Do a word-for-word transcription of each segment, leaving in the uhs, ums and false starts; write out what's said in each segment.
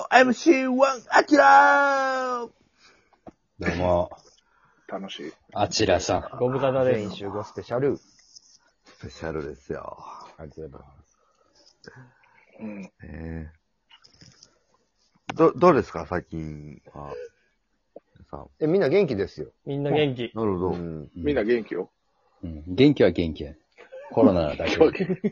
エムシーワン アキラー。 どうも。 楽しい。 あちらさん。 ご無沙汰です。 全員集合スペシャル。 スペシャルですよ。 ありがとうございます。 うん。 えー、ど、どうですか最近は。さえ、みんな元気ですよ。 みんな元気。 なるほど。 うん。 みんな元気よ。 うん、元気は元気や。コロナだけで。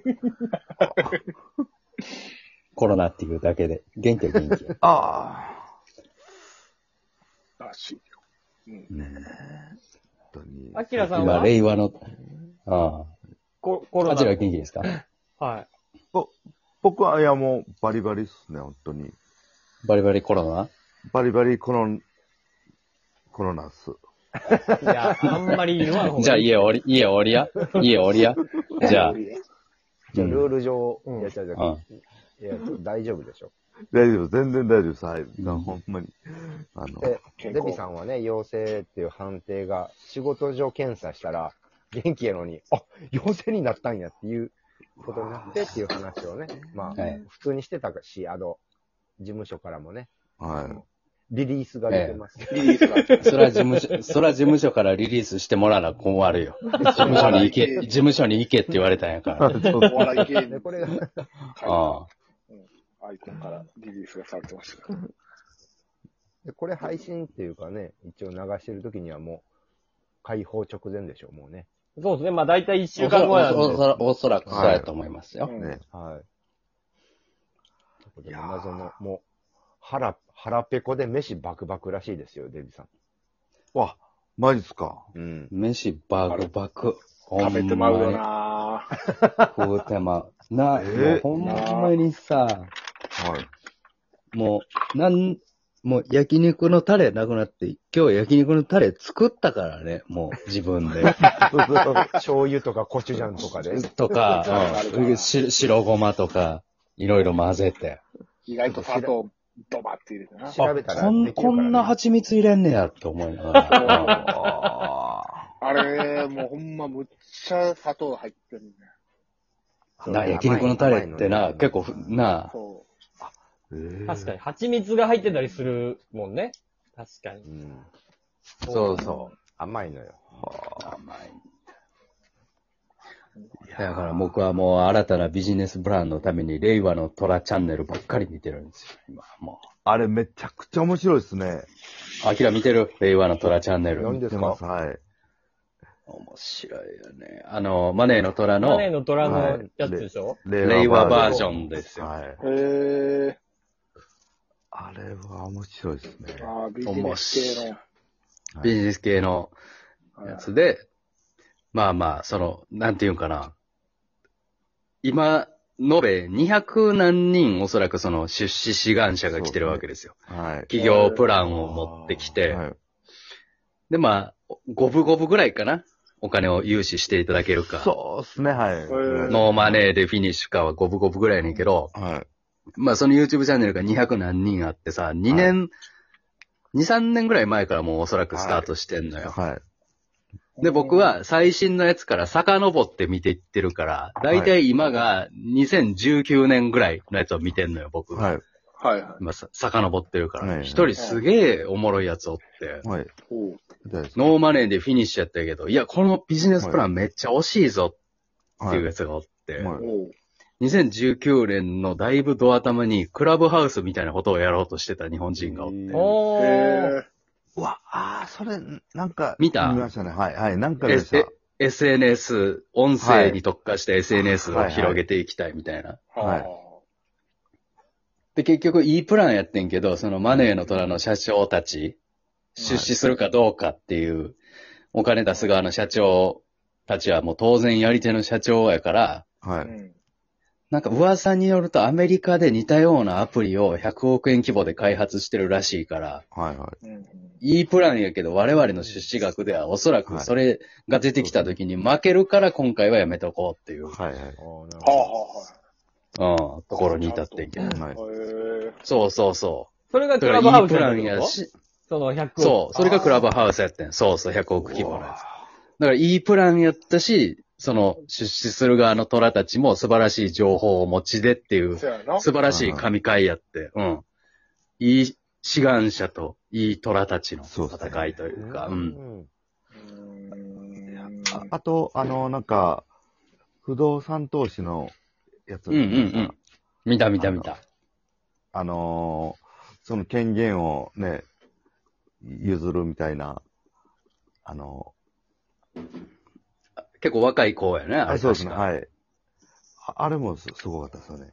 コロナっていうだけで。元気は元気や。 ああ。らしいよ。うん。 ねえ。本当に。 アキラさん今、 は令和の、ああ。 ココロナ。 あちらは元気ですか？ はい。 ぼ僕は、いやもう、バリバリっすね、本当に。 バリバリコロナ？ バリバリコロン、コロナっす。 いや、あんまり言わん方がいい。 じゃあ家おり、家おりや家おりやじゃあ。 じゃあ、ルール上、 うんいや、じゃあ、じゃうんあ、いや、大丈夫でしょ。 大丈夫、全然大丈夫です。はい。ほんまに。あの、 で、 健康デビさんはね、陽性っていう判定が、仕事上検査したら、元気やのに、あ、陽性になったんやっていうことになってっていう話をね、まあ、 はい普通にしてたし、あの、事務所からもね、 はい。 リリースが出てます。 リリースが。 そら事務所、そら事務所からリリースしてもらわな困るよ。事務所に行け、事務所に行けって言われたんやから。 お笑い芸人で、これが、 ああ。 アイコンからリリースがされてましたから。 でこれ配信っていうかね、一応流してる時にはもう、解放直前でしょ、もうね。 そうですね。まあ大体一週間後なんで。 おそらおそらくそうやと思いますよ。 うんね。 はい。ということで、謎の、もう、腹、腹ペコで飯バクバクらしいですよ、デビさん。 わ、マジっすか。 うん。 飯バクバク。 食べてまうよなぁ。 食うてまう。な、 えもうほんまにさ、 はい。 もう、なん、もう焼肉のタレなくなって、今日焼肉のタレ作ったからね、もう自分で。 醤油とかコチュジャンとかで。 とか、うん、し白ごまとか、いろいろ混ぜて。 意外と砂糖ドバって入れてな。 調べたらこん、 できるからねこんな蜂蜜入れんねや、と思いながら。 ああれ、もうほんまむっちゃ砂糖入ってるね。 な、焼肉のタレってな、結構ふ、な、 そー。 確かに。蜂蜜が入ってたりするもんね。確かに。 うん。 そうそう。 甘いのよ。 甘い。だから僕はもう新たなビジネスプランのために令和のトラチャンネルばっかり見てるんですよ、今。もあれめちゃくちゃ面白いですね。 う。あきら見てる令和のトラチャンネル。 何ですか見てます。はい。 面白いよね。あの、マネーの虎のマネーの虎のやつでしょ、 令和バージョンですよ。 はい。 う。へえ。 あれは面白いですね。 ああ、ビジネス系の。 ビジネス系のやつで、まあまあ、その、なんていうんかな。今、延べにひゃくなんにんおそらくその出資志願者が来てるわけですよ。 はい。 企業プランを持ってきて、 はい。 でまあ、五分五分ぐらいかな。お金を融資していただけるか。 そうですね、はい。 ーノーマネーでフィニッシュかは五分五分ぐらいやねんけど、 はい。 まあその YouTube チャンネルがにひゃくなんにんあってさ、にねん、に、さんねんぐらい前からもうおそらくスタートしてんのよ。 はい。 で、僕は最新のやつから遡って見ていってるから、だいたい今がにせんじゅうきゅうねんぐらいのやつを見てんのよ、僕。 はい。 はいは今さ、遡ってるから。 はい一人すげえおもろいやつおって、 はい。 い。おう。 大丈夫ですノーマネーでフィニッシュやったけど、いや、このビジネスプランめっちゃ惜しいぞっていうやつがおって、 はいおう。 にせんじゅうきゅうねんのだいぶドア頭にクラブハウスみたいなことをやろうとしてた日本人がおって。 おー。 へうわ、ああ、それ、なんか、 見た見ましたね。はい、はい、なんかでしえた。 エスエヌエス、音声に特化した エスエヌエスを広げていきたいみたいな。 ー。 はいはで、結局いいプランやってんけど、そのマネーの虎の社長たち、出資するかどうかっていう、お金出す側の社長たちはもう当然やり手の社長やから、 はあ。うい。 ん。 なんか噂によるとアメリカで似たようなアプリをひゃくおくえん規模で開発してるらしいから、 はい、はうん。 いいプランやけど我々の出資額ではおそらくそれが出てきた時に負けるから今回はやめとこうっていう、 い。はい、はい。 あーなるはほあど。 はうん、ところに至ってんけど。 はい。 いはい。へえ。 そうそうそそれがう。だクラブハウスからいいプランやったってことやし、 そのひゃくそう、それがクラブハウスやってん。そうそう、ひゃくおく規模のやつ。だからいいプランやったし、その出資する側の虎たちも素晴らしい情報をお持ちでっていう、 そうやな。 素晴らしい神回やって、うん。 いい志願者といい虎たちの戦いというか、う。 うんん。 うーん。 ああと、あの、なんか、不動産投資のやつうんうんうん。見た見た見た。 あのーその権限をね、譲るみたいな、あの結構若い子やね、 ーあれそうですね、 確か。 はい。ああれもすすごかったですよね。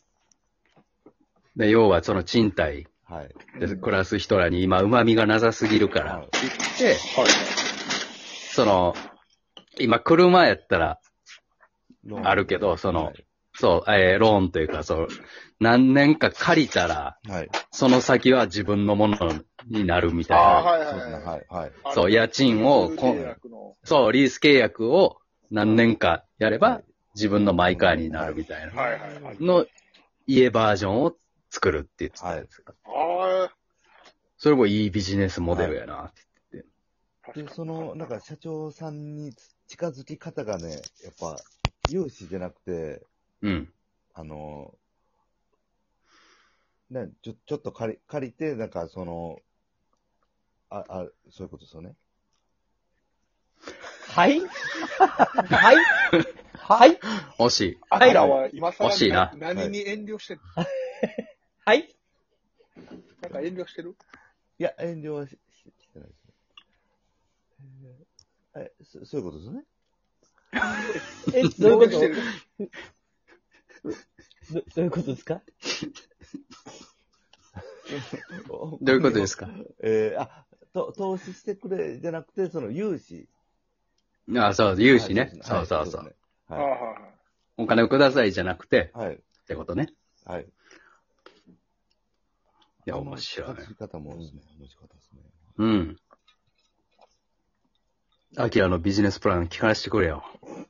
で、要はその賃貸はい。 で暮らす人らに今旨味がなさすぎるから、 はいで、 はい。 その、今車やったらローンあるけど、そのはい、 そう、えーローンというか、そう、何年か借りたら、 はい。 その先は自分のものになるみたいああ、 な。 はいはいそうですね、 はい。 はい、はい。 あのそう家賃をこ契約の。 そう、リース契約を何年かやれば、 はい自分のマイカーになるみたいな。 はいはいはい。 の家バージョンを作るって言ってたやつが。 あそれもいいビジネスモデルやなって。 あ。 で、その、なんか社長さんに近づき方がね、やっぱ、融資じゃなくて、 うん。 あの、ね、ちょ、ちょっと借り、借りて、なんかその、あ、あ、そういうことですよね。 はいはいはい惜しい。 アキラは今更惜しいなな何に遠慮してる、 はいなんか遠慮してるいや、遠慮はしししてないですね。えーえ、そそういうことですね。 え、どういうことしてるどどういうことですかどういうことですか？ えーあ、と、投資してくれじゃなくて、その融資。 あ、そう、融資ね。 はいそうそうそう。 ですねああ、 はい。 はいはい。 お金をくださいじゃなくて、 はい。 ってことね。 はい。いいや、面白い。 近づき方もですね、面白かったですね。 うん。アキラのビジネスプラン聞かせてくれよ。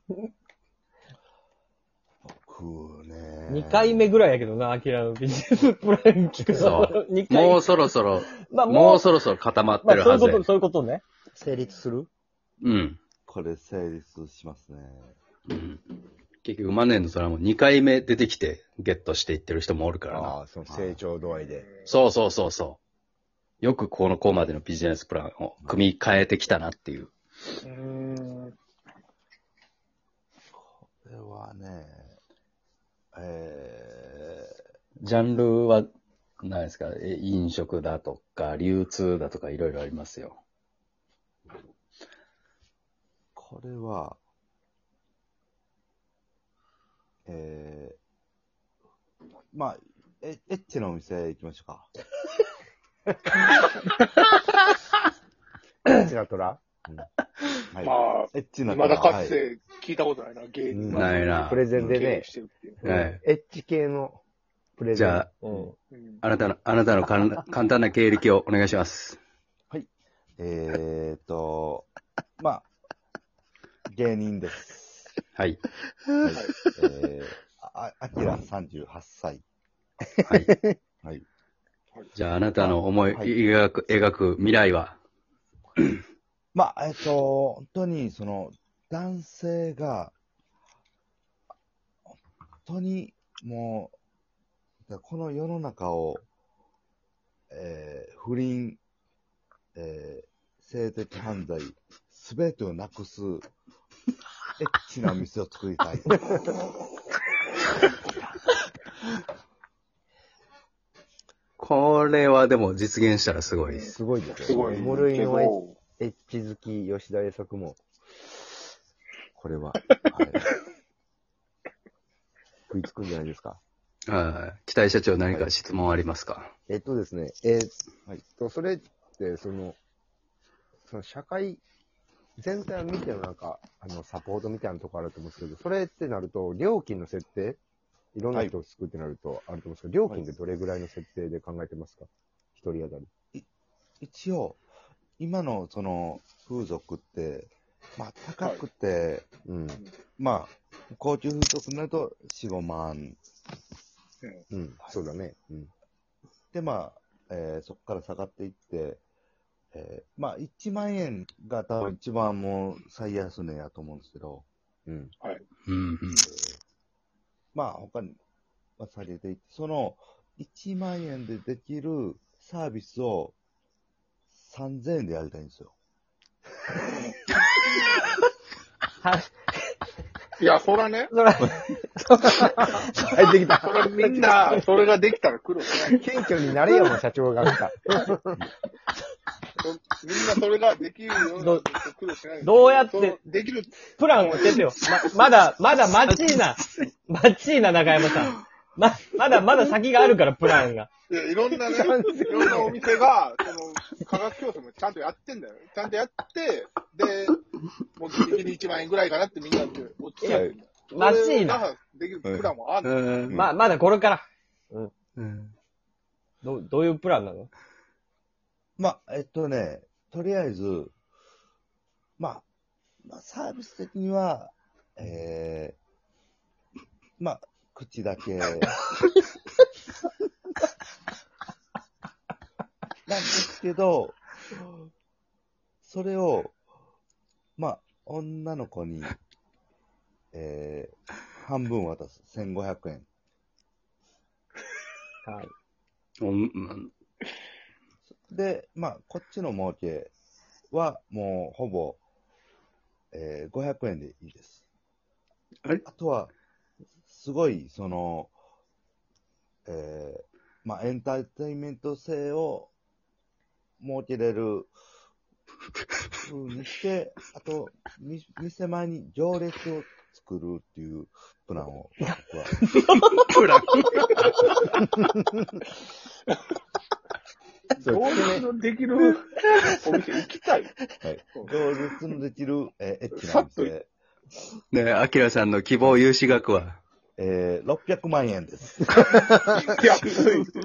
僕ね。 にかいめぐらいやけどな、アキラのビジネスプラン聞くの。 そうにかいもうそろそろ、 まあ、 もうそろそろ固まってまあ、 るはずやそういうこと、。そういうことね。 成立するうん。 これ成立しますね。 うん。結局、マネーの空もにかいめ出てきてゲットしていってる人もおるからな。 ああ、その成長度合いで。 そうそうそうそう。よくこのここまでのビジネスプランを組み替えてきたなっていう。 うーん。 これはね、えジャンルは、何ですか、え飲食だとか、流通だとかいろいろありますよ。 ー、これは、えー、まあ、えエッチなお店行きましょうか。 チラトラはい。 まあ、 エッチなまだかはいつて聞いたことないな、芸人が。 ないなプレゼンで経営ね、 してるっていう。 はい。 エッチ系のプレゼン。 じゃあ、 うん。 うんあなたの、あなたのかん簡単な経歴をお願いします。 えーと、まあ、芸人です。 はい。 はい。えー、あ、あきらさんじゅうはっさい。 はい。 はい。 じゃあ、あなたの思いはい描く、描く未来は、 まあ、えっと、本当に、その、男性が、本当に、もう、この世の中を、えー不倫、えー性的犯罪、すべてをなくす、エッチな店を作りたい。 これはでも実現したらすごいです。 すごいですよ。 すごい。 無類のエッもエッチ好き、吉田栄作も。 これは、はい。食いつくんじゃないですか。 はい。北井社長何か質問ありますか？ えっとですね、えーはいっと、それって、その、その社会全体を見てのなんか、あの、サポートみたいなところあると思うんですけど、それってなると、料金の設定いろんな人を救うってなるとあると思うんですけど、料金ってどれぐらいの設定で考えてますか？一人当たり。 一応、今のその風俗って、まあ高くて、 うん。 まあ、高級風俗になるとよん、ごまん。 うん。そうだね。うん。 で、まあ、えーそこから下がっていって、えーまあ、いちまん円が多分一番もう最安値やと思うんですけど、 うん。 うんうん。 まあ、他に、まあ、下げていって、そのいちまん円でできる、 サービスをさんぜんえんでやりたいんですよ。 いや、そらね。 そら、 入ってきた。 そらみんな、それができたら苦労しない。 謙虚になれよ、もう社長が来た。 みんなそれができるような苦労しない。 どうやってそのできる。 プランを教えてよ。ま、まだ、まだマッチーな、マッチーな中山さん。ま、まだまだ先があるから、プランが。 いやいろんなね、いろんなお店が、その、価格競争もちゃんとやってんだよ。ちゃんとやって、で、もうギリギリいちまん円ぐらいかなってみんなで落ちちゃうんだよ。 マッチーな。 それができるプランもある。 うん。 ま、まだこれから。 うん。 ど、どういうプランなの？ まあ、えっとね、とりあえず、まあ、まあ、サービス的には、えー、まあ、口だけ。なんですけど、それを、まあ、女の子に、えー、半分渡す。せんごひゃくえん。 はい。 うんで、まあ、こっちの儲けは、もう、ほぼ、えー、ごひゃくえんでいいです。 あれあとは、すごい、その、えー、まあ、エンターテインメント性を設けれる風にして、あと、み店前に行列を作るっていうプランを、僕は。 プラン。 どういうできるお店行きたい。 はい。行列のできる、えー、エッチなさっと店。 ねえ、アキラさんの希望融資額はえー、ろっぴゃくまんえんです。 安い。